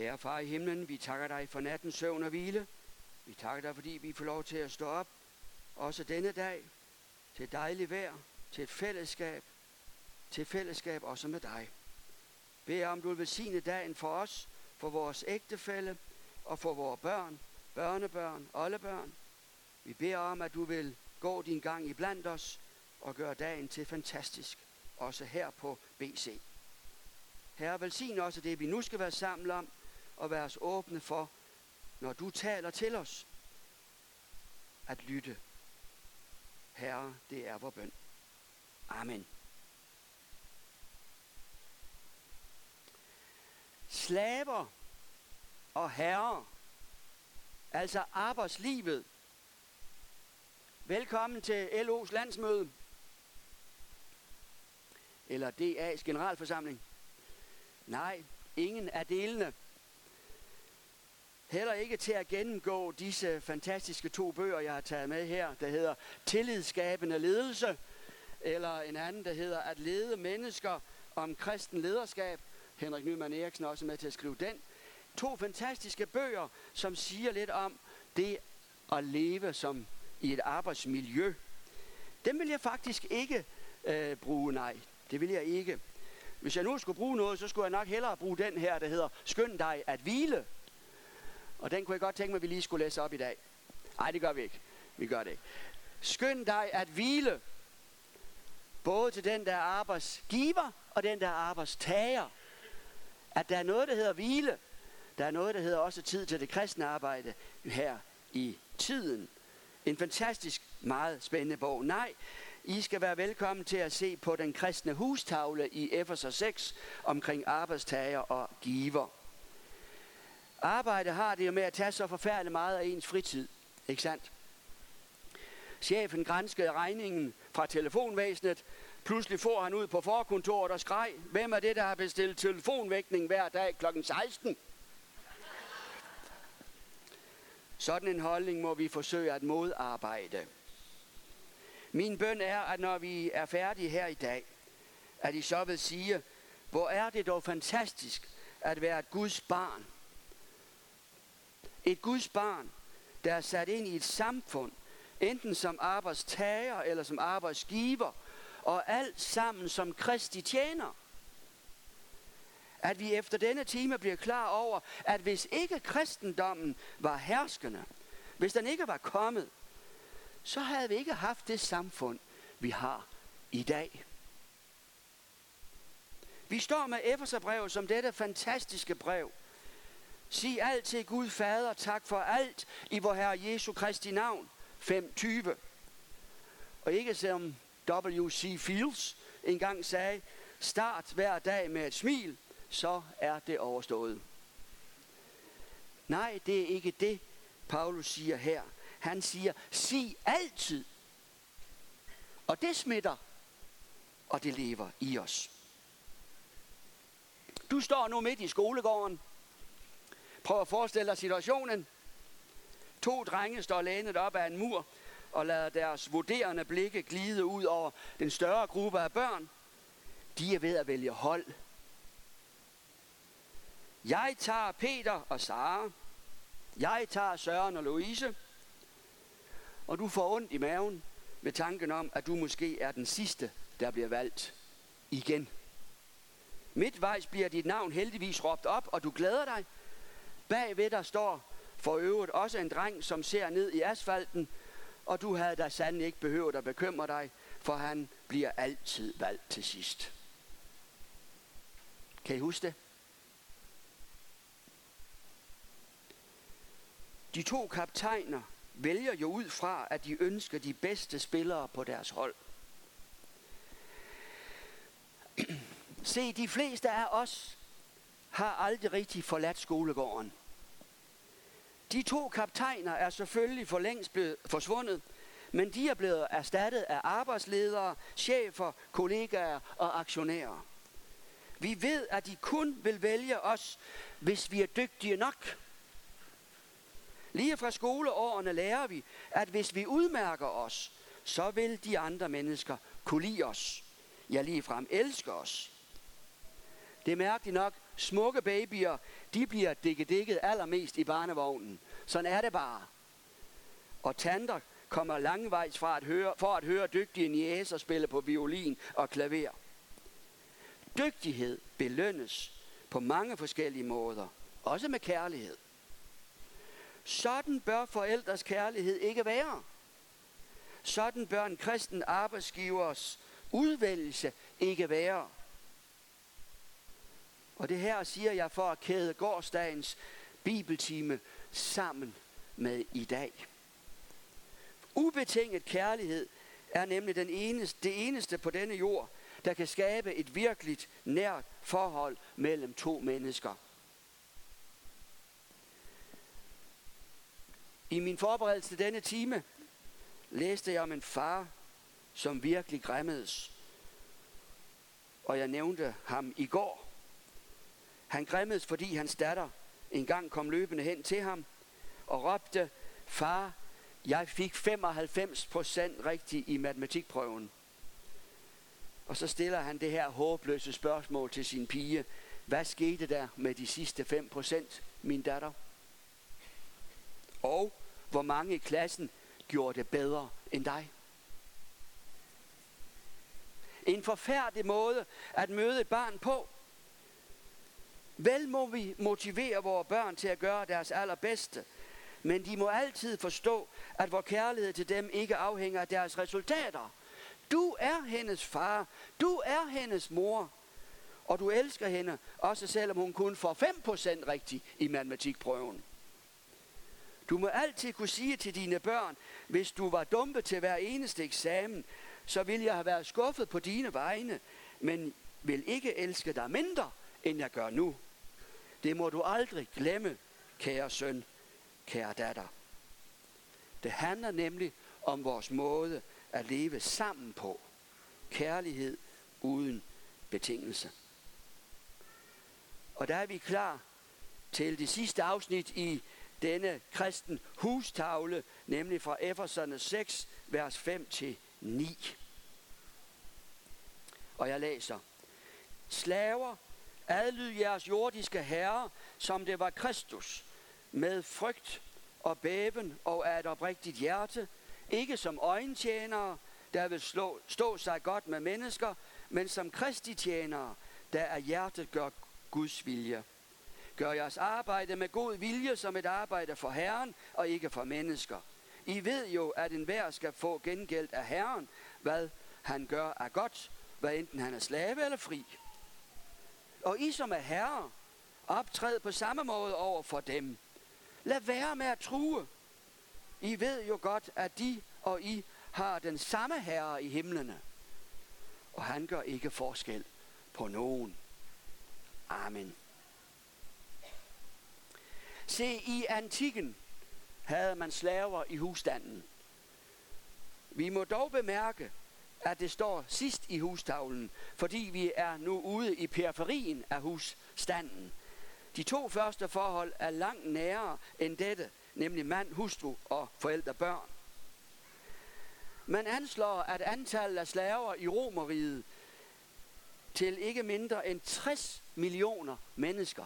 Kære far i himlen, vi takker dig for nattens søvn og hvile. Vi takker dig, fordi vi får lov til at stå op, også denne dag, til dejligt vejr, til fællesskab også med dig. Bed om du vil velsigne dagen for os, for vores ægtefælle og for vores børn, børnebørn, oldebørn. Vi beder om, at du vil gå din gang iblandt os og gøre dagen til fantastisk, også her på BC. Herre, velsign også det, vi nu skal være sammen om, og være os åbne for, når du taler til os, at lytte. Herre, det er vor bøn. Amen. Slaver og herrer, altså arbejdslivet. Velkommen til LO's landsmøde, eller DA's generalforsamling. Nej, ingen af delene. Heller ikke til at gennemgå disse fantastiske 2 bøger, jeg har taget med her, der hedder Tillidsskabende ledelse, eller en anden, der hedder At lede mennesker om kristen lederskab. Henrik Nyman Eriksen er også med til at skrive den. 2 fantastiske bøger, som siger lidt om det at leve som i et arbejdsmiljø. Dem vil jeg faktisk ikke bruge, nej. Det vil jeg ikke. Hvis jeg nu skulle bruge noget, så skulle jeg nok hellere bruge den her, der hedder Skynd dig at hvile. Og den kunne jeg godt tænke mig, at vi lige skulle læse op i dag. Nej, det gør vi ikke. Vi gør det ikke. Skynd dig at hvile. Både til den, der er arbejdsgiver, og den, der er arbejdstager. At der er noget, der hedder hvile. Der er noget, der hedder også tid til det kristne arbejde her i tiden. En fantastisk, meget spændende bog. Nej, I skal være velkommen til at se på den kristne hustavle i Efeser 6 omkring arbejdstager og giver. Arbejde har det jo med at tage så forfærdeligt meget af ens fritid, ikke sandt? Chefen granskede regningen fra telefonvæsenet. Pludselig får han ud på forkontoret og skreg: hvem er det, der har bestilt telefonvækning hver dag kl. 16? Sådan en holdning må vi forsøge at modarbejde. Min bøn er, at når vi er færdige her i dag, at I så vil sige: hvor er det dog fantastisk at være et Guds barn. Et Guds barn, der er sat ind i et samfund, enten som arbejdstager eller som arbejdsgiver, og alt sammen som Kristi tjener. At vi efter denne time bliver klar over, at hvis ikke kristendommen var herskende, hvis den ikke var kommet, så havde vi ikke haft det samfund, vi har i dag. Vi står med Efeserbrevet som dette fantastiske brev. Sig altid Gud Fader tak for alt i vor Herre Jesu Kristi navn. 5:20. Og ikke som W.C. Fields engang sagde: start hver dag med et smil, så er det overstået. Nej, det er ikke det, Paulus siger her. Han siger: sig altid. Og det smitter, og det lever i os. Du står nu midt i skolegården. Prøv at forestille dig situationen. 2 drenge står lænet op ad en mur og lader deres vurderende blikke glide ud over den større gruppe af børn. De er ved at vælge hold. Jeg tager Peter og Sara. Jeg tager Søren og Louise. Og du får ondt i maven med tanken om, at du måske er den sidste, der bliver valgt igen. Midtvejs bliver dit navn heldigvis råbt op, og du glæder dig. Bagved der står for øvrigt også en dreng, som ser ned i asfalten, og du havde da sandelig ikke behøvet at bekymre dig, for han bliver altid valgt til sidst. Kan I huske det? De 2 kaptajner vælger jo ud fra, at de ønsker de bedste spillere på deres hold. Se, de fleste af os har aldrig rigtig forladt skolegården. De 2 kaptajner er selvfølgelig for længst blevet forsvundet, men de er blevet erstattet af arbejdsledere, chefer, kollegaer og aktionærer. Vi ved, at de kun vil vælge os, hvis vi er dygtige nok. Lige fra skoleårene lærer vi, at hvis vi udmærker os, så vil de andre mennesker kunne lide os. Ja, ligefrem elske os. Det er mærkeligt nok, smukke babyer, de bliver dækket allermest i barnevognen. Sådan er det bare. Og tanter kommer langvejs for at høre dygtige niecer spille på violin og klaver. Dygtighed belønnes på mange forskellige måder, også med kærlighed. Sådan bør forældres kærlighed ikke være. Sådan bør en kristen arbejdsgivers udvælgelse ikke være. Og det her siger jeg for at kæde gårsdagens bibeltime sammen med i dag. Ubetinget kærlighed er nemlig det eneste på denne jord, der kan skabe et virkeligt nært forhold mellem to mennesker. I min forberedelse til denne time læste jeg om en far, som virkelig græmmedes. Og jeg nævnte ham i går. Han græmmedes, fordi hans datter engang kom løbende hen til ham og råbte, far, jeg fik 95% rigtigt i matematikprøven. Og så stiller han det her håbløse spørgsmål til sin pige. Hvad skete der med de sidste 5%, min datter? Og hvor mange i klassen gjorde det bedre end dig? En forfærdelig måde at møde et barn på. Vel må vi motivere vores børn til at gøre deres allerbedste, men de må altid forstå, at vor kærlighed til dem ikke afhænger af deres resultater. Du er hendes far, du er hendes mor, og du elsker hende, også selvom hun kun får 5% rigtigt i matematikprøven. Du må altid kunne sige til dine børn, hvis du var dumpet til hver eneste eksamen, så ville jeg have været skuffet på dine vegne, men vil ikke elske dig mindre, end jeg gør nu. Det må du aldrig glemme, kære søn, kære datter. Det handler nemlig om vores måde at leve sammen på. Kærlighed uden betingelse. Og der er vi klar til det sidste afsnit i denne kristen hustavle, nemlig fra Efeserne 6, vers 5-9. Og jeg læser. Slaver, adlyd jeres jordiske herre, som det var Kristus, med frygt og bæven og af et oprigtigt hjerte, ikke som øjentjenere, der vil stå sig godt med mennesker, men som Kristi tjenere, der af hjertet gør Guds vilje. Gør jeres arbejde med god vilje som et arbejde for Herren og ikke for mennesker. I ved jo, at enhver skal få gengældt af Herren, hvad han gør er godt, hvad enten han er slave eller fri. Og I som er herrer, optræd på samme måde over for dem. Lad være med at true. I ved jo godt, at de og I har den samme herre i himlene. Og han gør ikke forskel på nogen. Amen. Se, i antikken havde man slaver i husstanden. Vi må dog bemærke, at det står sidst i hustavlen, fordi vi er nu ude i periferien af husstanden. De to første forhold er langt nærere end dette, nemlig mand, hustru og forældre børn. Man anslår, at antallet af slaver i Romerriget til ikke mindre end 60 millioner mennesker.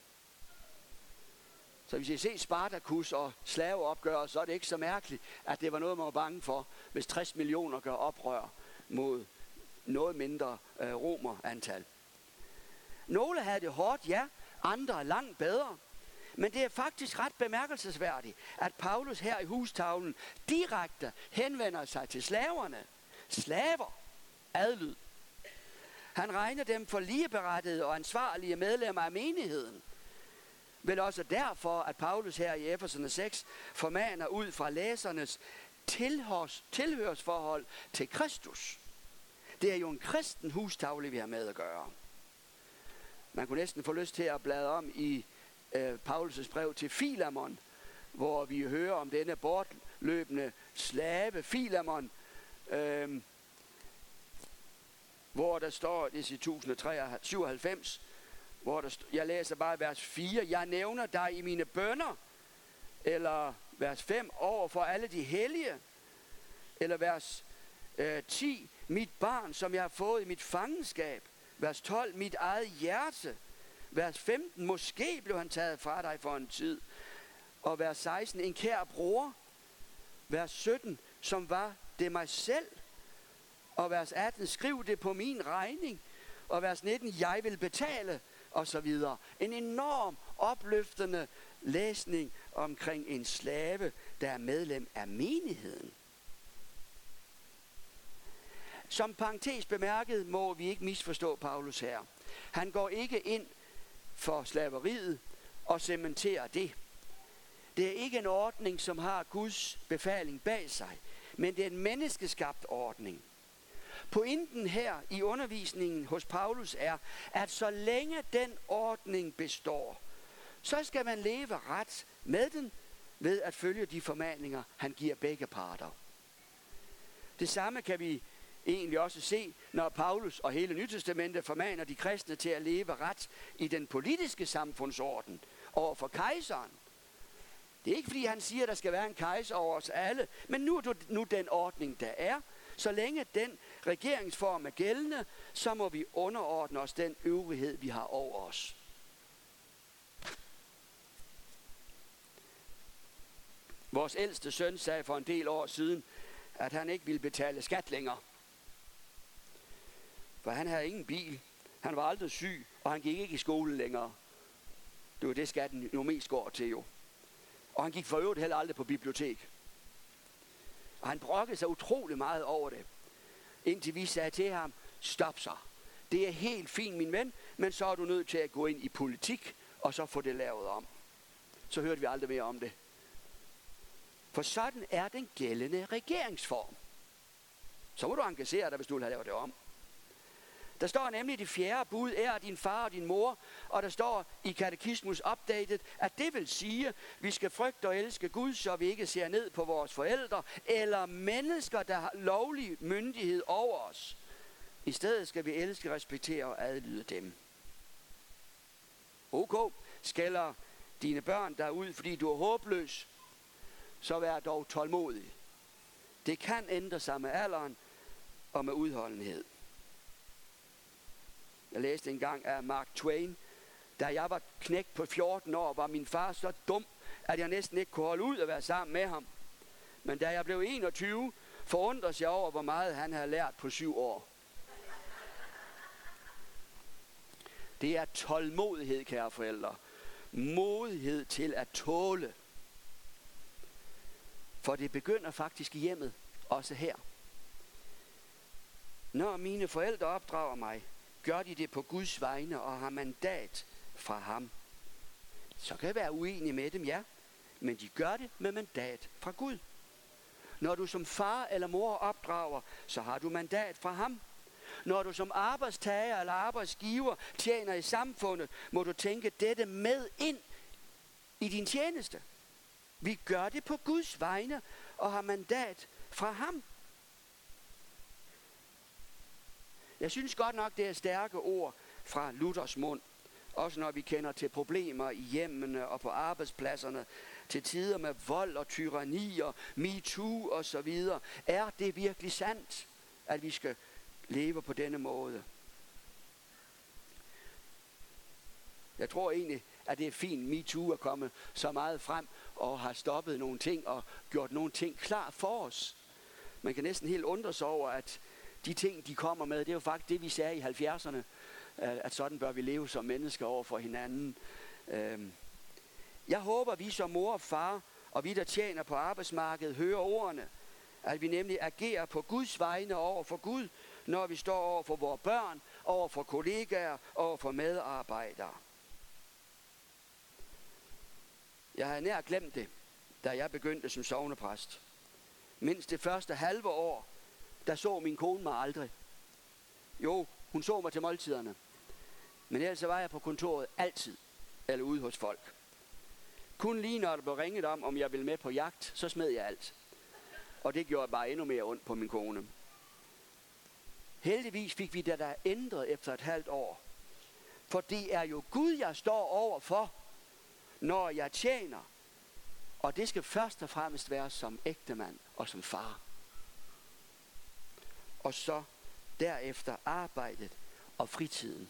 Så hvis I ser Spartacus og slaveopgør, så er det ikke så mærkeligt, at det var noget, man var bange for, hvis 60 millioner gør oprør mod noget mindre romerantal. Nogle havde det hårdt, ja, andre langt bedre. Men det er faktisk ret bemærkelsesværdigt, at Paulus her i hustavlen direkte henvender sig til slaverne. Slaver, adlyd. Han regner dem for ligeberettigede og ansvarlige medlemmer af menigheden. Vel også derfor, at Paulus her i Efeserne 6 formaner ud fra læsernes tilhørsforhold til Kristus. Det er jo en kristen hustavle, vi har med at gøre. Man kunne næsten få lyst til at bladre om i Paulus' brev til Filemon, hvor vi hører om denne bortløbende slave Filemon, hvor der står, det er i 1097, hvor jeg læser bare vers 4, jeg nævner dig i mine bønner, eller vers 5, over for alle de hellige, eller vers 10, mit barn, som jeg har fået i mit fangenskab, Vers 12, mit eget hjerte. Vers 15, måske blev han taget fra dig for en tid. Og vers 16, en kær bror. Vers 17, som var det mig selv. Og vers 18, skriv det på min regning. Og vers 19, jeg vil betale. Og så videre. En enorm opløftende læsning omkring en slave, der er medlem af menigheden. Som parentes bemærket må vi ikke misforstå Paulus her. Han går ikke ind for slaveriet og cementerer det. Det er ikke en ordning, som har Guds befaling bag sig, men det er en menneskeskabt ordning. Pointen her i undervisningen hos Paulus er, at så længe den ordning består, så skal man leve ret med den ved at følge de formaninger, han giver begge parter. Det samme kan vi egentlig også se, når Paulus og hele Nytestamentet formaner de kristne til at leve ret i den politiske samfundsorden over for kejseren. Det er ikke fordi han siger, at der skal være en kejser over os alle, men nu den ordning, der er. Så længe den regeringsform er gældende, så må vi underordne os den øvrighed, vi har over os. Vores ældste søn sagde for en del år siden, at han ikke ville betale skat længere. For han havde ingen bil, han var aldrig syg, og han gik ikke i skole længere. Det var det, skatten jo mest går til jo. Og han gik for øvrigt heller aldrig på bibliotek. Og han brokkede sig utrolig meget over det. Indtil vi sagde til ham, stop så. Det er helt fint, min ven, men så er du nødt til at gå ind i politik, og så få det lavet om. Så hørte vi aldrig mere om det. For sådan er den gældende regeringsform. Så må du engagere dig, hvis du vil have lavet det om. Der står nemlig det 4. bud, ære din far og din mor, og der står i Katekismus Updated, at det vil sige, at vi skal frygte og elske Gud, så vi ikke ser ned på vores forældre, eller mennesker, der har lovlig myndighed over os. I stedet skal vi elske, respektere og adlyde dem. Okay, skælder dine børn derud, fordi du er håbløs, så vær dog tålmodig. Det kan ændre sig med alderen og med udholdenhed. Jeg læste engang af Mark Twain. Da jeg var knægt på 14 år, var min far så dum, at jeg næsten ikke kunne holde ud at være sammen med ham. Men da jeg blev 21, forundres jeg over, hvor meget han havde lært på 7 år. Det er tålmodighed, kære forældre. Modighed til at tåle. For det begynder faktisk i hjemmet, også her. Når mine forældre opdrager mig, gør de det på Guds vegne og har mandat fra ham. Så kan jeg være uenig med dem, ja, men de gør det med mandat fra Gud. Når du som far eller mor opdrager, så har du mandat fra ham. Når du som arbejdstager eller arbejdsgiver tjener i samfundet, må du tænke dette med ind i din tjeneste. Vi gør det på Guds vegne og har mandat fra ham. Jeg synes godt nok, det er stærke ord fra Luthers mund. Også når vi kender til problemer i hjemmene og på arbejdspladserne, til tider med vold og tyranni og MeToo og så videre. Er det virkelig sandt, at vi skal leve på denne måde? Jeg tror egentlig, at det er fint, MeToo er kommet så meget frem og har stoppet nogle ting og gjort nogle ting klar for os. Man kan næsten helt undre sig over, at de ting, de kommer med, det er jo faktisk det, vi sagde i 70'erne, at sådan bør vi leve som mennesker over for hinanden. Jeg håber, vi som mor og far, og vi, der tjener på arbejdsmarkedet, hører ordene, at vi nemlig agerer på Guds vegne over for Gud, når vi står over for vores børn, over for kollegaer, over for medarbejdere. Jeg havde nær glemt det, da jeg begyndte som sognepræst. Mindst det første halve år, der så min kone mig aldrig. Jo, hun så mig til måltiderne. Men ellers var jeg på kontoret altid, eller ude hos folk. Kun lige når der blev ringet om jeg ville med på jagt, så smed jeg alt. Og det gjorde bare endnu mere ondt på min kone. Heldigvis fik vi det der ændret efter et halvt år. For det er jo Gud, jeg står over for, når jeg tjener. Og det skal først og fremmest være som ægtemand og som far. Og så derefter arbejdet og fritiden.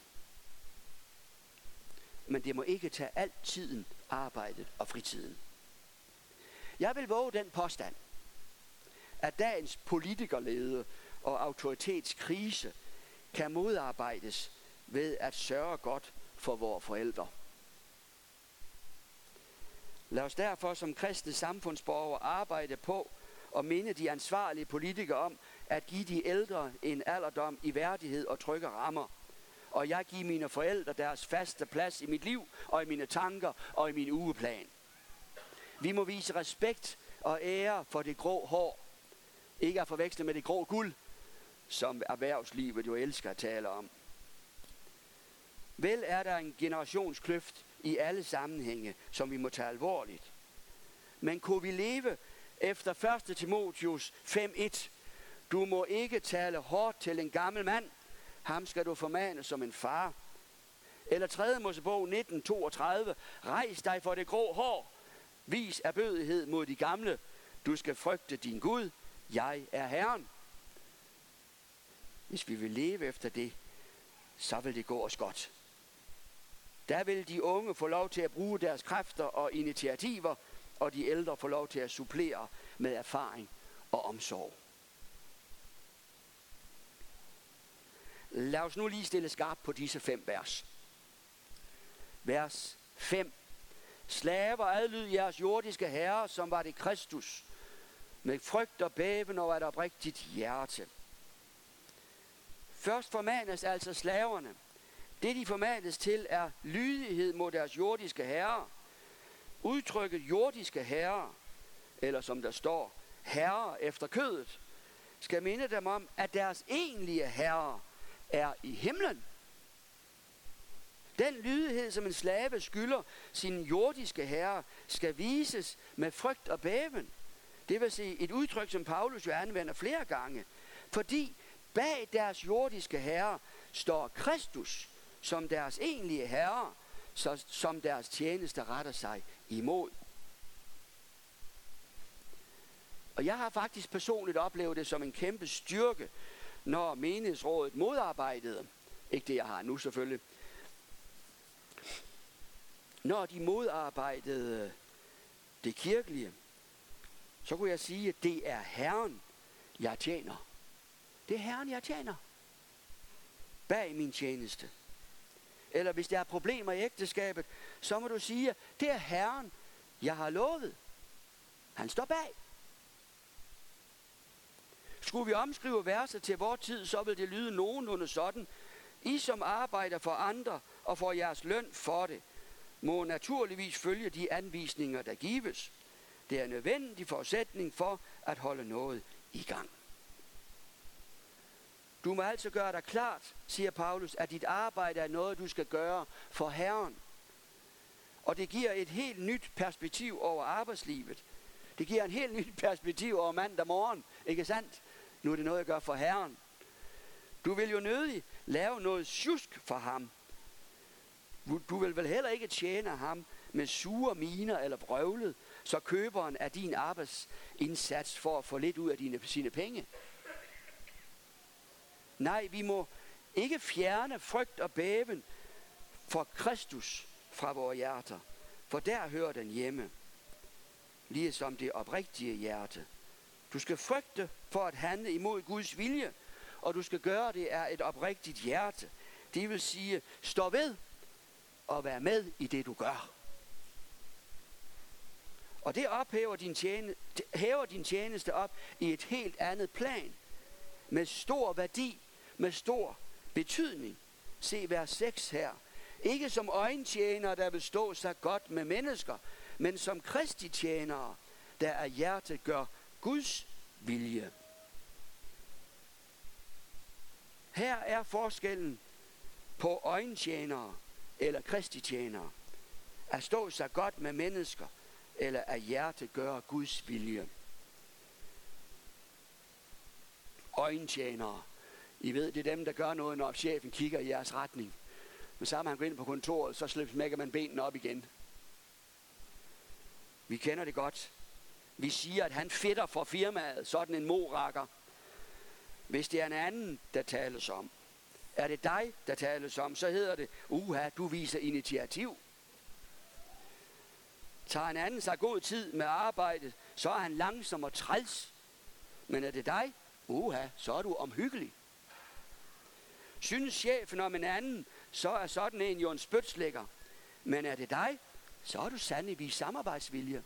Men det må ikke tage al tiden, arbejdet og fritiden. Jeg vil våge den påstand, at dagens politikerlede og autoritetskrise kan modarbejdes ved at sørge godt for vores forældre. Lad os derfor som kristne samfundsborgere arbejde på og minde de ansvarlige politikere om at give de ældre en alderdom i værdighed og trygge rammer. Og jeg giver mine forældre deres faste plads i mit liv og i mine tanker og i min ugeplan. Vi må vise respekt og ære for det grå hår. Ikke at forveksle med det grå guld, som erhvervslivet jo elsker at tale om. Vel er der en generationskløft i alle sammenhænge, som vi må tage alvorligt. Men kunne vi leve efter 1. Timotheus 5:1? Du må ikke tale hårdt til en gammel mand. Ham skal du formane som en far. Eller 3. Mosebog 19:32. Rejs dig for det grå hår. Vis ærbødighed mod de gamle. Du skal frygte din Gud. Jeg er Herren. Hvis vi vil leve efter det, så vil det gå os godt. Der vil de unge få lov til at bruge deres kræfter og initiativer, og de ældre få lov til at supplere med erfaring og omsorg. Lad os nu lige stille skarpt på disse 5 vers. Vers 5. Slaver, adlyd jeres jordiske herre, som var det Kristus, med frygt og bæven og et oprigtigt hjerte. Først formanes altså slaverne. Det de formanes til er lydighed mod deres jordiske herrer. Udtrykket jordiske herrer, eller som der står, herrer efter kødet, skal minde dem om, at deres egentlige herrer er i himlen. Den lydighed, som en slave skylder sin jordiske herre, skal vises med frygt og bæven. Det vil sige et udtryk, som Paulus jo anvender flere gange. Fordi bag deres jordiske herre står Kristus som deres egentlige herre, som deres tjeneste retter sig imod. Og jeg har faktisk personligt oplevet det som en kæmpe styrke, når menighedsrådet modarbejdede, ikke det jeg har nu selvfølgelig, når de modarbejdede det kirkelige, så kunne jeg sige, at det er Herren, jeg tjener. Det er Herren, jeg tjener. Bag min tjeneste. Eller hvis der er problemer i ægteskabet, så må du sige, at det er Herren, jeg har lovet. Han står bag. Skulle vi omskrive verset til vores tid, så vil det lyde nogenlunde sådan. I som arbejder for andre og får jeres løn for det, må naturligvis følge de anvisninger, der gives. Det er en nødvendig forudsætning for at holde noget i gang. Du må altså gøre dig klart, siger Paulus, at dit arbejde er noget, du skal gøre for Herren. Og det giver et helt nyt perspektiv over arbejdslivet. Det giver en helt nyt perspektiv over mandag morgen, ikke sandt? Nu er det noget, jeg gør for Herren. Du vil jo nødig lave noget sjusk for ham. Du vil vel heller ikke tjene ham med sure miner eller vrøvlet, så køberen af din arbejdsindsats for at få lidt ud af sine penge. Nej, vi må ikke fjerne frygt og bæven for Kristus fra vores hjerter, for der hører den hjemme, ligesom det oprigtige hjerte. Du skal frygte for at handle imod Guds vilje, og du skal gøre det af et oprigtigt hjerte. Det vil sige, stå ved og vær med i det, du gør. Og det hæver din tjeneste op i et helt andet plan, med stor værdi, med stor betydning. Se vers 6 her. Ikke som øjentjenere, der vil stå sig godt med mennesker, men som Kristi tjenere, der af hjertet gør Guds vilje. Her er forskellen på øjentjenere eller Kristi tjenere. At stå sig godt med mennesker, eller af hjertet gøre Guds vilje. Øjentjenere. I ved, det er dem, der gør noget, når chefen kigger i jeres retning. Men så har man gået ind på kontoret, så smækker man benene op igen. Vi kender det godt. Vi siger, at han fedter for firmaet, sådan en morakker. Hvis det er en anden, der tales om, Er det dig, der tales om, så hedder det, du viser initiativ. Tager en anden sig god tid med arbejdet, så er han langsom og træls. Men er det dig, så er du omhyggelig. Synes chefen om en anden, så er sådan en jo en spytslækker. Men er det dig, så er du sandelig samarbejdsvilje.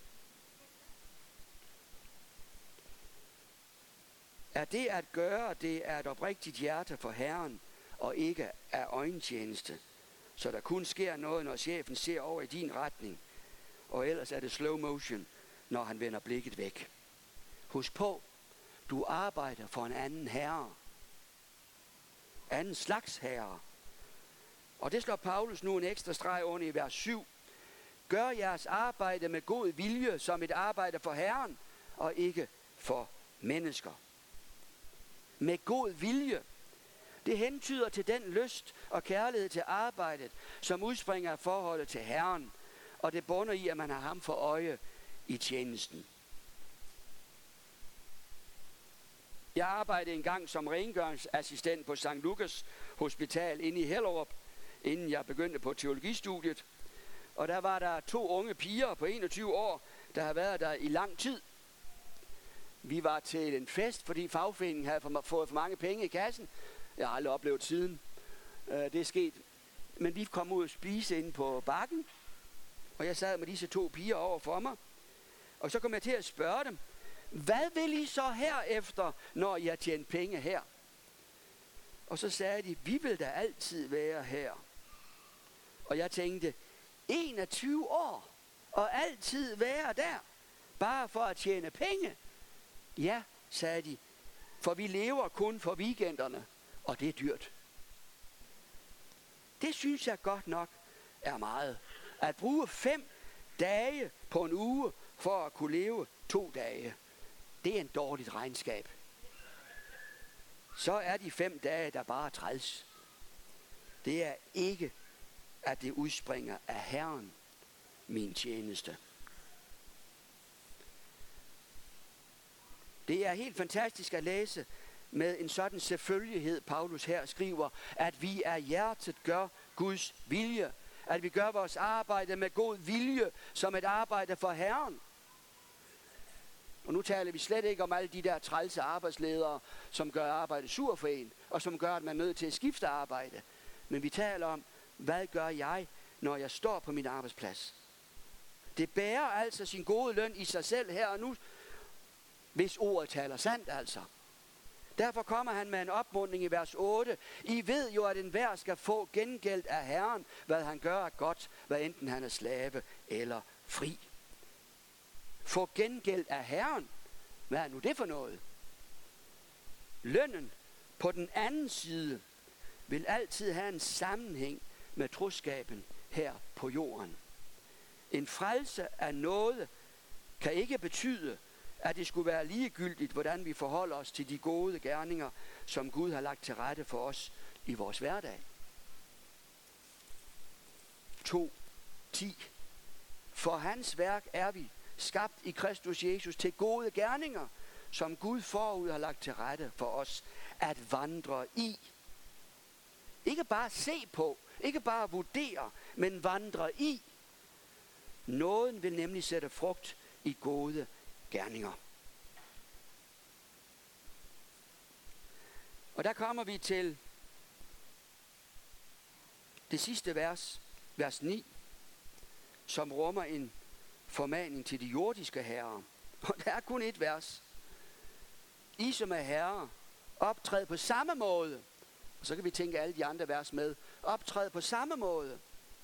Er det at gøre det af et oprigtigt hjerte for Herren, og ikke af øjentjeneste, så der kun sker noget, når chefen ser over i din retning, og ellers er det slow motion, når han vender blikket væk. Husk på, du arbejder for en anden herre. Anden slags herre. Og det slår Paulus nu en ekstra streg under i vers 7. Gør jeres arbejde med god vilje som et arbejde for Herren, og ikke for mennesker. Med god vilje. Det hentyder til den lyst og kærlighed til arbejdet, som udspringer af forholdet til Herren, og det bunder i, at man har ham for øje i tjenesten. Jeg arbejdede engang som rengøringsassistent på St. Lukas Hospital inde i Hellerup, inden jeg begyndte på teologistudiet. Og der var der 2 unge piger på 21 år, der havde været der i lang tid. Vi var til en fest, fordi fagforeningen havde fået for mange penge i kassen. Jeg har aldrig oplevet siden. Det er sket. Men vi kom ud og spise inde på bakken, og jeg sad med disse 2 piger over for mig. Og så kom jeg til at spørge dem, hvad vil I så herefter, når I har tjent penge her? Og så sagde de, vi vil da altid være her. Og jeg tænkte, 21 år og altid være der, bare for at tjene penge? Ja, sagde de, for vi lever kun for weekenderne, og det er dyrt. Det synes jeg godt nok er meget. At bruge 5 dage på en uge for at kunne leve 2 dage, det er en dårligt regnskab. Så er de 5 dage, der bare træls. Det er ikke, at det udspringer af Herren, min tjeneste. Det er helt fantastisk at læse med en sådan selvfølgelighed, Paulus her skriver, at vi af hjertet gør Guds vilje. At vi gør vores arbejde med god vilje, som et arbejde for Herren. Og nu taler vi slet ikke om alle de der trælse arbejdsledere, som gør arbejde sur for en, og som gør, at man er nødt til at skifte arbejde. Men vi taler om, hvad gør jeg, når jeg står på min arbejdsplads? Det bærer altså sin gode løn i sig selv her og nu, hvis ordet taler sandt altså. Derfor kommer han med en opmuntring i vers 8. I ved jo, at enhver skal få gengældt af Herren, hvad han gør er godt, hvad enten han er slave eller fri. Få gengældt af Herren. Hvad er nu det for noget? Lønnen på den anden side vil altid have en sammenhæng med troskaben her på jorden. En frelse af noget kan ikke betyde, at det skulle være ligegyldigt, hvordan vi forholder os til de gode gerninger, som Gud har lagt til rette for os i vores hverdag. 2:10. For hans værk er vi, skabt i Kristus Jesus til gode gerninger, som Gud forud har lagt til rette for os at vandre i. Ikke bare se på, ikke bare vurdere, men vandre i. Nåden vil nemlig sætte frugt i gode gerninger. Og der kommer vi til det sidste vers, vers 9, som rummer en formaning til de jordiske herrer. Og der er kun et vers. I som er herrer, optræd på samme måde. Og så kan vi tænke alle de andre vers med. Optræd på samme måde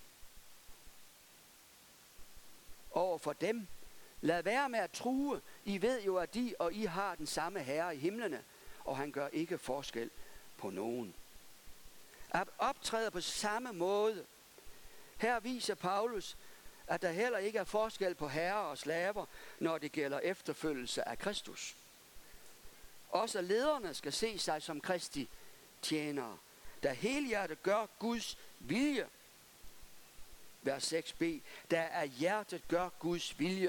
over for dem. Lad være med at true. I ved jo, at de og I har den samme herre i himlene, og han gør ikke forskel på nogen. At optræde på samme måde. Her viser Paulus, at der heller ikke er forskel på herrer og slaver, når det gælder efterfølgelse af Kristus. Også lederne skal se sig som Kristi tjenere, der helhjertet gør Guds vilje. Vers 6b, der af hjertet gør Guds vilje.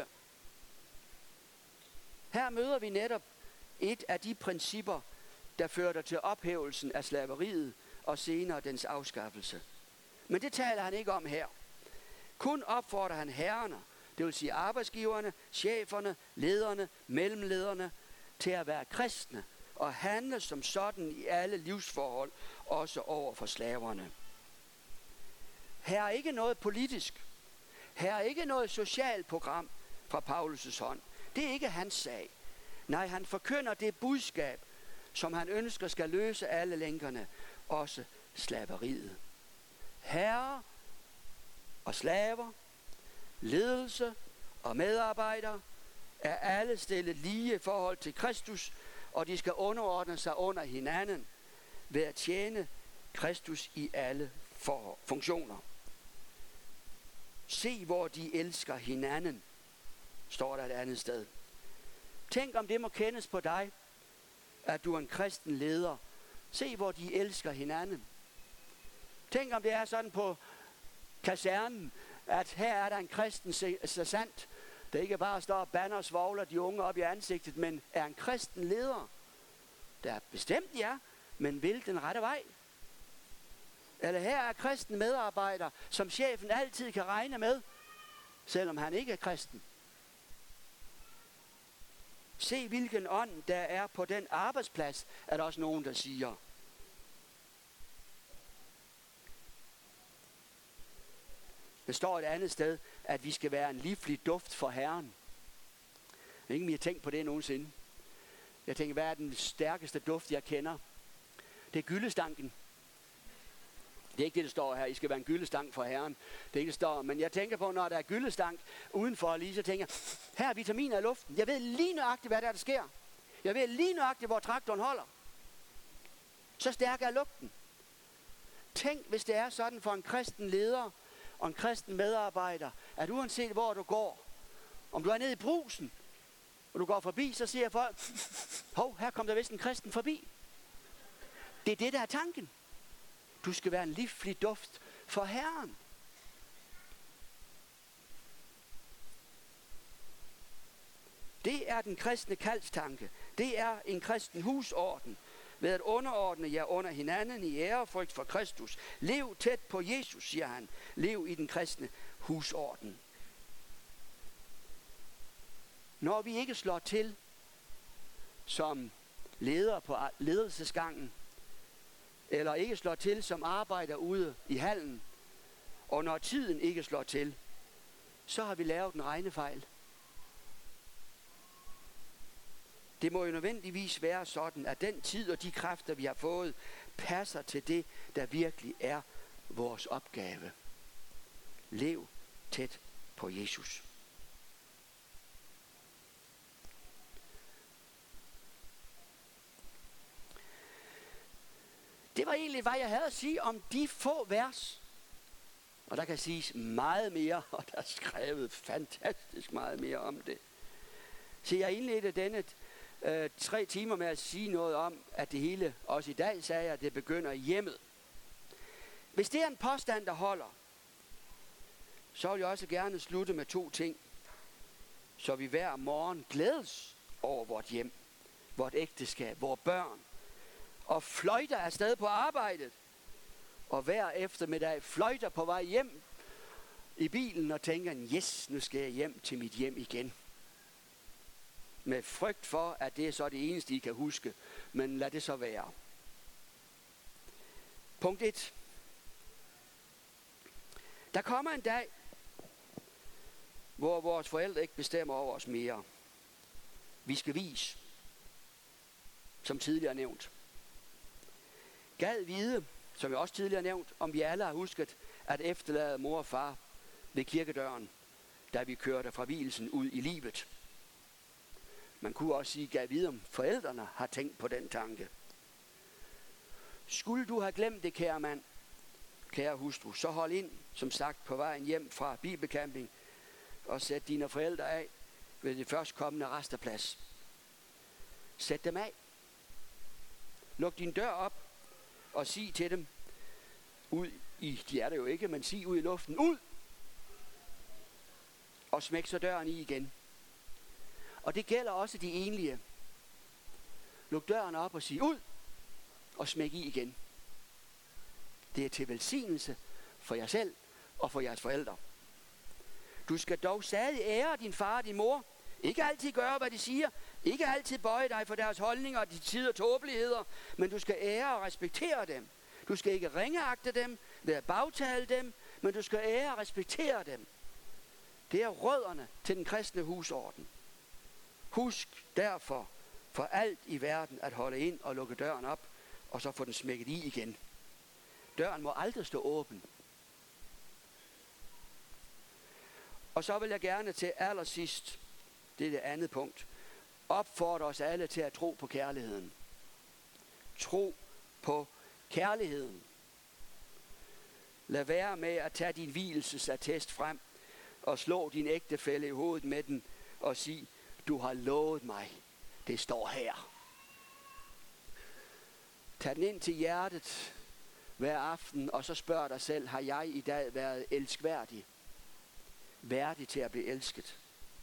Her møder vi netop et af de principper, der førte til ophævelsen af slaveriet og senere dens afskaffelse. Men det taler han ikke om her. Kun opfordrer han herrerne, det vil sige arbejdsgiverne, cheferne, lederne, mellemlederne, til at være kristne og handle som sådan i alle livsforhold, også over for slaverne. Her er ikke noget politisk. Her er ikke noget socialt program fra Paulus' hånd. Det er ikke hans sag. Nej, han forkynder det budskab, som han ønsker skal løse alle lænkerne, også slaveriet. Herrer og slaver, ledelse og medarbejdere er alle stillet lige i forhold til Kristus, og de skal underordne sig under hinanden ved at tjene Kristus i alle funktioner. Se, hvor de elsker hinanden, står der et andet sted. Tænk, om det må kendes på dig, at du er en kristen leder. Se, hvor de elsker hinanden. Tænk, om det er sådan på kasernen, at her er der en kristen sergeant, der ikke bare står og banner og svogler de unge op i ansigtet, men er en kristen leder, der bestemt ja, men vil den rette vej. Eller her er kristen medarbejder, som chefen altid kan regne med, selvom han ikke er kristen. Se, hvilken ånd der er på den arbejdsplads, er der også nogen, der siger. Der står et andet sted, at vi skal være en livlig duft for Herren. Jeg ved ikke, om I har tænkt på det nogensinde. Jeg tænker, hvad er den stærkeste duft, jeg kender? Det er gyldestanken. Det er ikke det, der står her. I skal være en gyldestank for Herren. Det er ikke det, der står. Men jeg tænker på, når der er gyldestank udenfor lige, så tænker jeg, her er vitaminer i luften. Jeg ved lige nøjagtigt, hvad der sker. Jeg ved lige nøjagtigt, hvor traktoren holder. Så stærk er lugten. Tænk, hvis det er sådan for en kristen leder og en kristen medarbejder, at uanset hvor du går, om du er nede i Brugsen, og du går forbi, så siger folk, hov, her kom der vist en kristen forbi. Det er det, der er tanken. Du skal være en livlig duft for Herren. Det er den kristne kaldstanke. Det er en kristen husorden. Ved at underordne jer under hinanden i ærefrygt for Kristus. Lev tæt på Jesus, siger han. Lev i den kristne husorden. Når vi ikke slår til som leder på ledelsesgangen, eller ikke slår til som arbejder ude i hallen, og når tiden ikke slår til, så har vi lavet en regnefejl. Det må jo nødvendigvis være sådan, at den tid og de kræfter, vi har fået, passer til det, der virkelig er vores opgave. Lev tæt på Jesus. Det var egentlig, hvad jeg havde at sige om de få vers. Og der kan siges meget mere, og der er skrevet fantastisk meget mere om det. Så jeg indledte denne 3 timer med at sige noget om, at det hele, også i dag sagde jeg, at det begynder i hjemmet. Hvis det er en påstand, der holder, så vil jeg også gerne slutte med 2 ting. Så vi hver morgen glædes over vort hjem, vort ægteskab, vores børn, og fløjter afsted på arbejdet, og hver eftermiddag fløjter på vej hjem i bilen og tænker, yes, nu skal jeg hjem til mit hjem igen. Med frygt for, at det er så det eneste, I kan huske, men lad det så være. Punkt 1. Der kommer en dag, hvor vores forældre ikke bestemmer over os mere. Vi skal vise, som tidligere nævnt. Gad vide, som jeg også tidligere nævnt, om vi alle har husket at efterlade mor og far ved kirkedøren, da vi kørte fra vielsen ud i livet. Man kunne også sige, gad vide, om forældrene har tænkt på den tanke. Skulle du have glemt det, kære mand, kære hustru, så hold ind, som sagt, på vejen hjem fra bibelcamping, og sæt dine forældre af ved det førstkommende rasterplads. Sæt dem af. Luk din dør op, og sig til dem, ud i, de er der jo ikke, men sig ud i luften, ud! Og smæk så døren i igen. Og det gælder også de enlige. Luk døren op og sig ud, og smæk i igen. Det er til velsignelse for jer selv og for jeres forældre. Du skal dog stadig ære din far og din mor. Ikke altid gøre, hvad de siger. Ikke altid bøje dig for deres holdninger og de tider tåbeligheder. Men du skal ære og respektere dem. Du skal ikke ringeagte dem, ved at bagtale dem, men du skal ære og respektere dem. Det er rødderne til den kristne husorden. Husk derfor for alt i verden at holde ind og lukke døren op, og så få den smækket i igen. Døren må aldrig stå åben. Og så vil jeg gerne til allersidst, det er det andet punkt, opfordre os alle til at tro på kærligheden. Tro på kærligheden. Lad være med at tage din vielsesattest frem og slå din ægtefælle i hovedet med den og sige, du har lovet mig. Det står her. Tag den ind til hjertet hver aften, og så spørg dig selv, har jeg i dag været elskværdig? Værdig til at blive elsket?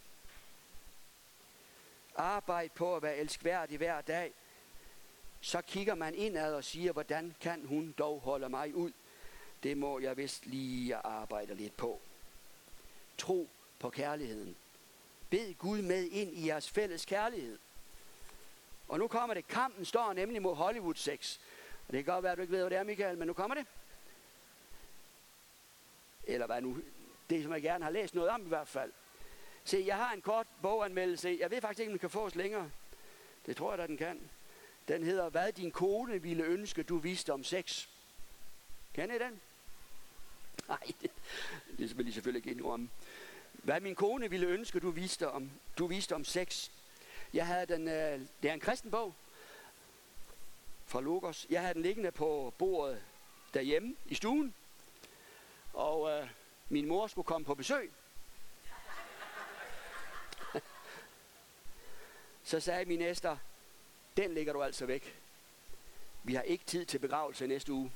Arbejd på at være elskværdig hver dag. Så kigger man indad og siger, hvordan kan hun dog holde mig ud? Det må jeg vist lige arbejde lidt på. Tro på kærligheden. Bed Gud med ind i jeres fælles kærlighed. Og nu kommer det. Kampen står nemlig mod Hollywood sex. Og det kan godt være, at du ikke ved, hvad det er, Michael, men nu kommer det. Eller hvad nu? Det, som jeg gerne har læst noget om i hvert fald. Se, jeg har en kort boganmeldelse. Jeg ved faktisk ikke, om den kan fås længere. Det tror jeg da, den kan. Den hedder, hvad din kone ville ønske, du vidste om sex. Kender I den? Nej, det vil I selvfølgelig ikke indrømme. Hvad min kone ville ønske, du vidste om sex. Jeg havde den, det er en kristen bog fra Logos. Jeg havde den liggende på bordet derhjemme i stuen. Og min mor skulle komme på besøg. Så sagde min Esther, den lægger du altså væk. Vi har ikke tid til begravelse næste uge.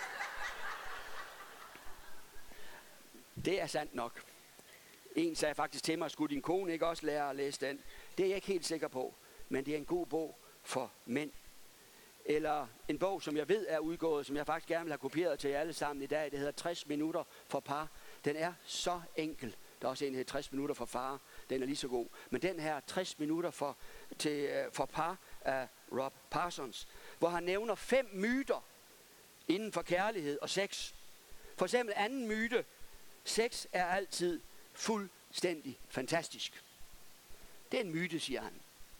Det er sandt nok. En sagde faktisk til mig, skulle din kone ikke også lære at læse den? Det er jeg ikke helt sikker på, men det er en god bog for mænd. Eller en bog, som jeg ved er udgået, som jeg faktisk gerne vil have kopieret til jer alle sammen i dag. Det hedder 60 minutter for par. Den er så enkel. Der er også en, der hedder 60 minutter for far. Den er lige så god. Men den her 60 minutter for par af Rob Parsons, hvor han nævner 5 myter inden for kærlighed og sex. For eksempel anden myte. Sex er altid fuldstændig fantastisk. Det er en myte, siger han.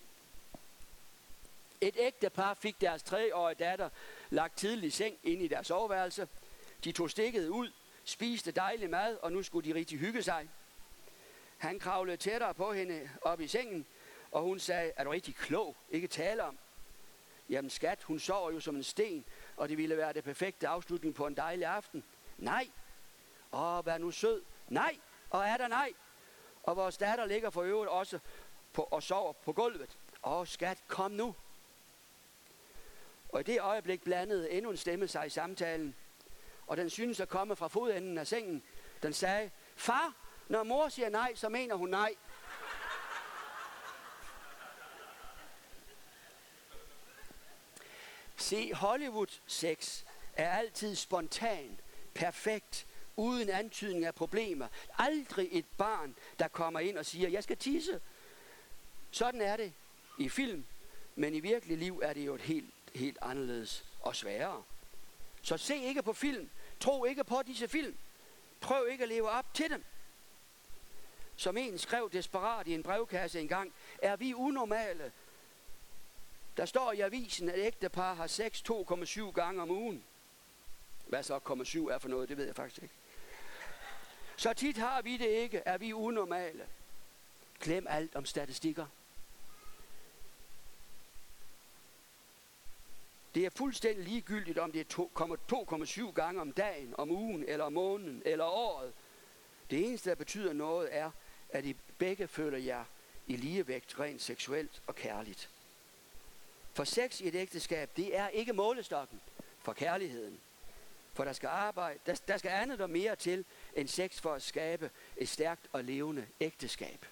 Et ægtepar fik deres 3-årige datter lagt tidlig i seng inde i deres soveværelse. De tog stikket ud, spiste dejlig mad, og nu skulle de rigtig hygge sig. Han kravlede tættere på hende op i sengen, og hun sagde, er du rigtig klog? Ikke tale om. Jamen skat, hun sover jo som en sten, og det ville være det perfekte afslutning på en dejlig aften. Nej. Vær nu sød. Nej. Og er der nej. Og vores datter ligger for øvrigt også og sover på gulvet. Skat, kom nu. Og i det øjeblik blandede endnu en stemme sig i samtalen. Og den synes at komme fra fodenden af sengen. Den sagde, far, når mor siger nej, så mener hun nej. Se, Hollywood sex er altid spontan, perfekt, uden antydning af problemer. Aldrig et barn, der kommer ind og siger, jeg skal tisse. Sådan er det i film, men i virkelig liv er det jo et helt anderledes og sværere. Så se ikke på film. Tro ikke på disse film. Prøv ikke at leve op til dem. Som en skrev desperat i en brevkasse engang, er vi unormale. Der står i avisen, at ægtepar har sex 2,7 gange om ugen. Hvad så 0,7 er for noget, det ved jeg faktisk ikke. Så tit har vi det ikke, er vi unormale. Glem alt om statistikker. Det er fuldstændig ligegyldigt, om det kommer 2,7 gange om dagen, om ugen, eller om måneden, eller året. Det eneste, der betyder noget, er, at I begge føler jer i ligevægt, rent seksuelt og kærligt. For sex i et ægteskab, det er ikke målestokken for kærligheden. For der skal andet og mere til end sex for at skabe et stærkt og levende ægteskab.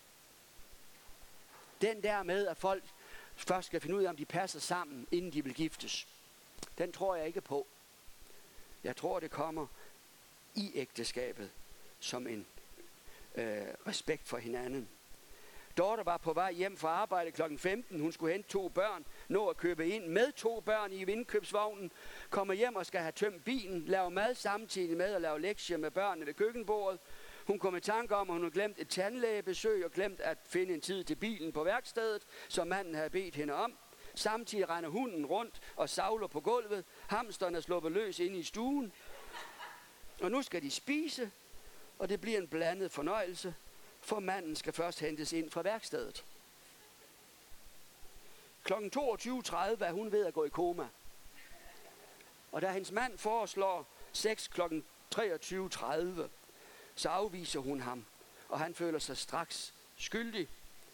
Den der med, at folk først skal finde ud af, om de passer sammen, inden de vil giftes, den tror jeg ikke på. Jeg tror, det kommer i ægteskabet som en respekt for hinanden. Dorte var på vej hjem fra arbejde kl. 15. Hun skulle hente 2 børn, nå at købe ind med 2 børn i indkøbsvognen, kommer hjem og skal have tømt bilen, lave mad samtidig med at lave lektier med børnene ved køkkenbordet. Hun kom i tanke om, at hun havde glemt et tandlægebesøg og glemt at finde en tid til bilen på værkstedet, som manden havde bedt hende om. Samtidig render hunden rundt og savler på gulvet. Hamsteren er sluppet løs inde i stuen. Og nu skal de spise, og det bliver en blandet fornøjelse, for manden skal først hentes ind fra værkstedet. Kl. 22.30 er hun ved at gå i koma. Og da hendes mand foreslår 6 kl. 23.30, så afviser hun ham, og han føler sig straks skyldig,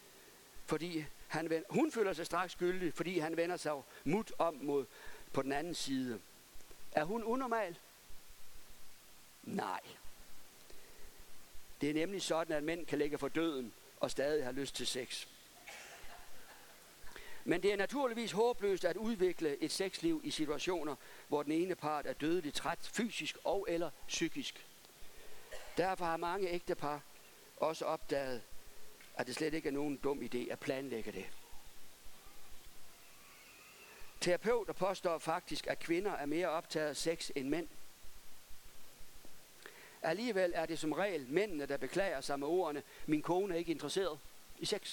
hun føler sig straks skyldig, fordi han vender sig mut om mod på den anden side. Er hun unormal? Nej. Det er nemlig sådan, at mænd kan ligge for døden og stadig have lyst til sex. Men det er naturligvis håbløst at udvikle et sexliv i situationer, hvor den ene part er dødeligt træt, fysisk og eller psykisk. Derfor har mange ægtepar også opdaget, at det slet ikke er nogen dum idé at planlægge det. Terapeuter påstår faktisk, at kvinder er mere optaget af sex end mænd. Alligevel er det som regel mændene, der beklager sig med ordene, min kone er ikke interesseret i sex.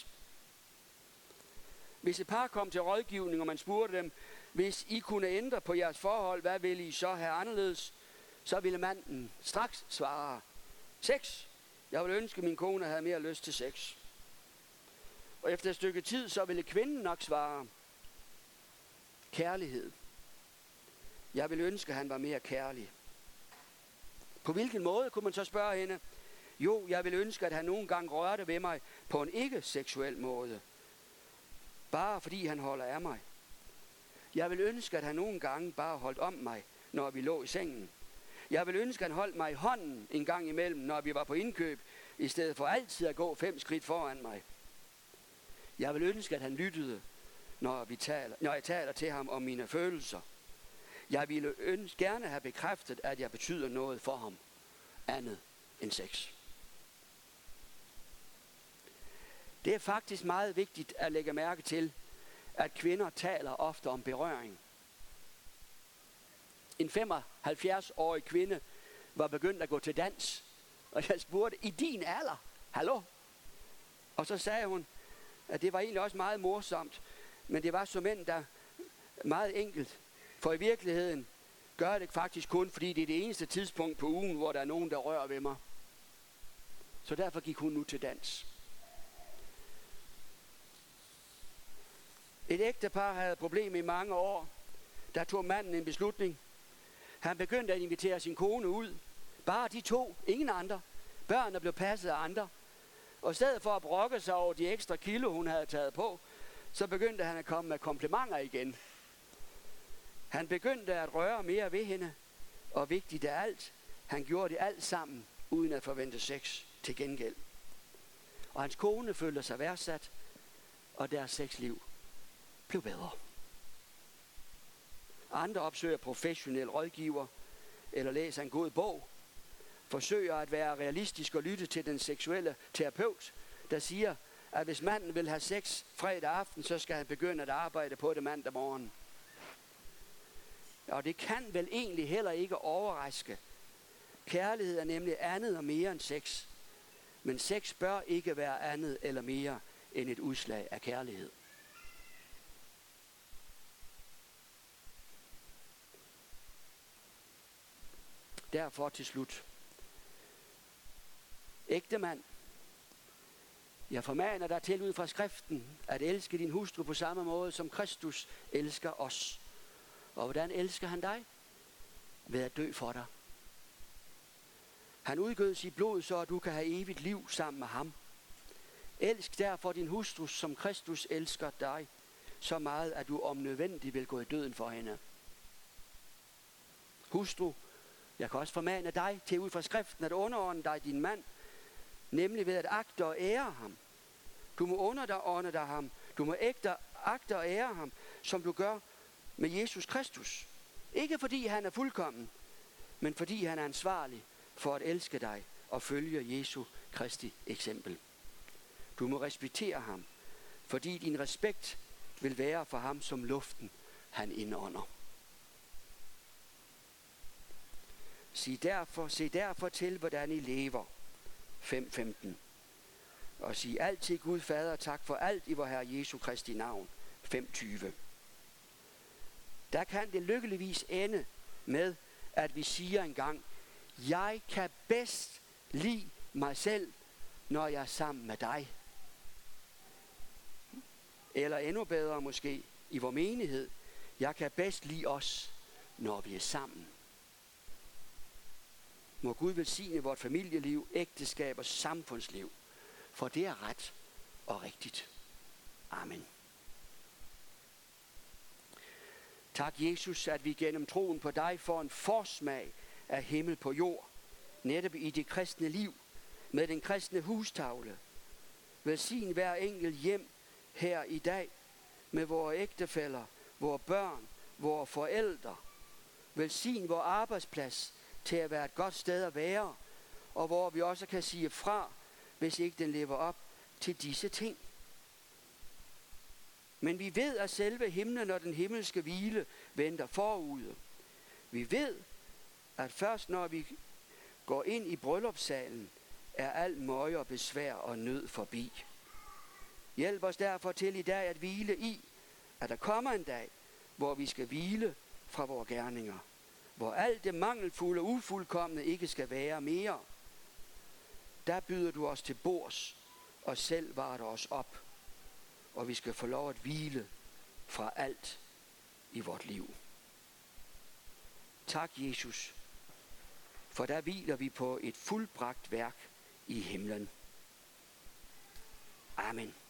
Hvis et par kom til rådgivning, og man spurgte dem, hvis I kunne ændre på jeres forhold, hvad ville I så have anderledes? Så ville manden straks svare, sex. Jeg ville ønske, at min kone havde mere lyst til sex. Og efter et stykke tid, så ville kvinden nok svare, kærlighed. Jeg ville ønske, at han var mere kærlig. På hvilken måde, kunne man så spørge hende? Jo, jeg ville ønske, at han nogle gange rørte ved mig på en ikke-seksuel måde. Bare fordi han holder af mig. Jeg ville ønske, at han nogle gange bare holdt om mig, når vi lå i sengen. Jeg ville ønske, at han holdt mig i hånden en gang imellem, når vi var på indkøb, i stedet for altid at gå 5 skridt foran mig. Jeg ville ønske, at han lyttede, når jeg taler til ham om mine følelser. Jeg ville gerne have bekræftet, at jeg betyder noget for ham, andet end sex. Det er faktisk meget vigtigt at lægge mærke til, at kvinder taler ofte om berøring. En 75-årig kvinde var begyndt at gå til dans, og jeg spurgte, i din alder? Hallo? Og så sagde hun, at det var egentlig også meget morsomt, men det var såmænd der meget enkelt. For i virkeligheden gør jeg det faktisk kun, fordi det er det eneste tidspunkt på ugen, hvor der er nogen, der rører ved mig. Så derfor gik hun nu til dans. Et ægtepar havde problem i mange år. Der tog manden en beslutning. Han begyndte at invitere sin kone ud. Bare de 2, ingen andre. Børnene blev passet af andre. Og i stedet for at brokke sig over de ekstra kilo, hun havde taget på, så begyndte han at komme med komplimenter igen. Han begyndte at røre mere ved hende, og vigtigt af alt, han gjorde det alt sammen, uden at forvente sex til gengæld. Og hans kone følte sig værdsat, og deres sexliv blev bedre. Andre opsøger professionel rådgiver, eller læser en god bog, forsøger at være realistisk og lytte til den seksuelle terapeut, der siger, at hvis manden vil have sex fredag aften, så skal han begynde at arbejde på det mandag morgen. Og det kan vel egentlig heller ikke overraske. Kærlighed er nemlig andet og mere end sex. Men sex bør ikke være andet eller mere end et udslag af kærlighed. Derfor til slut. Ægtemand, jeg formaner dig til ud fra skriften at elske din hustru på samme måde, som Kristus elsker os. Og hvordan elsker han dig? Ved at dø for dig. Han udgød sit blod, så at du kan have evigt liv sammen med ham. Elsk derfor din hustru, som Kristus elsker dig, så meget, at du om nødvendigt vil gå i døden for hende. Hustru, jeg kan også formane dig til ud fra skriften at underordne dig din mand, nemlig ved at agte og ære ham. Du må underordne dig ham. Du må agte og ære ham, som du gør med Jesus Kristus. Ikke fordi han er fuldkommen, men fordi han er ansvarlig for at elske dig og følge Jesu Kristi eksempel. Du må respektere ham, fordi din respekt vil være for ham som luften, han indånder. Se derfor til, hvordan I lever. 5:15. Og sig altid Gud Fader tak for alt i vor Herre Jesu Kristi navn. 5:20. Der kan det lykkeligvis ende med, at vi siger engang, jeg kan bedst lide mig selv, når jeg er sammen med dig. Eller endnu bedre måske, i vor menighed, jeg kan bedst lide os, når vi er sammen. Må Gud velsigne vort familieliv, ægteskab og samfundsliv, for det er ret og rigtigt. Amen. Tak, Jesus, at vi gennem troen på dig får en forsmag af himmel på jord, netop i det kristne liv, med den kristne hustavle. Velsign hver enkelt hjem her i dag, med vores ægtefæller, vores børn, vores forældre. Velsign vores arbejdsplads til at være et godt sted at være, og hvor vi også kan sige fra, hvis ikke den lever op til disse ting. Men vi ved, at selve himlen og den himmelske hvile venter forude. Vi ved, at først når vi går ind i bryllupssalen, er alt møje og besvær og nød forbi. Hjælp os derfor til i dag at hvile i, at der kommer en dag, hvor vi skal hvile fra vores gerninger. Hvor alt det mangelfulde og ufuldkomne ikke skal være mere. Der byder du os til bords, og selv varter os op. Og vi skal få lov at hvile fra alt i vort liv. Tak, Jesus, for der hviler vi på et fuldbragt værk i himlen. Amen.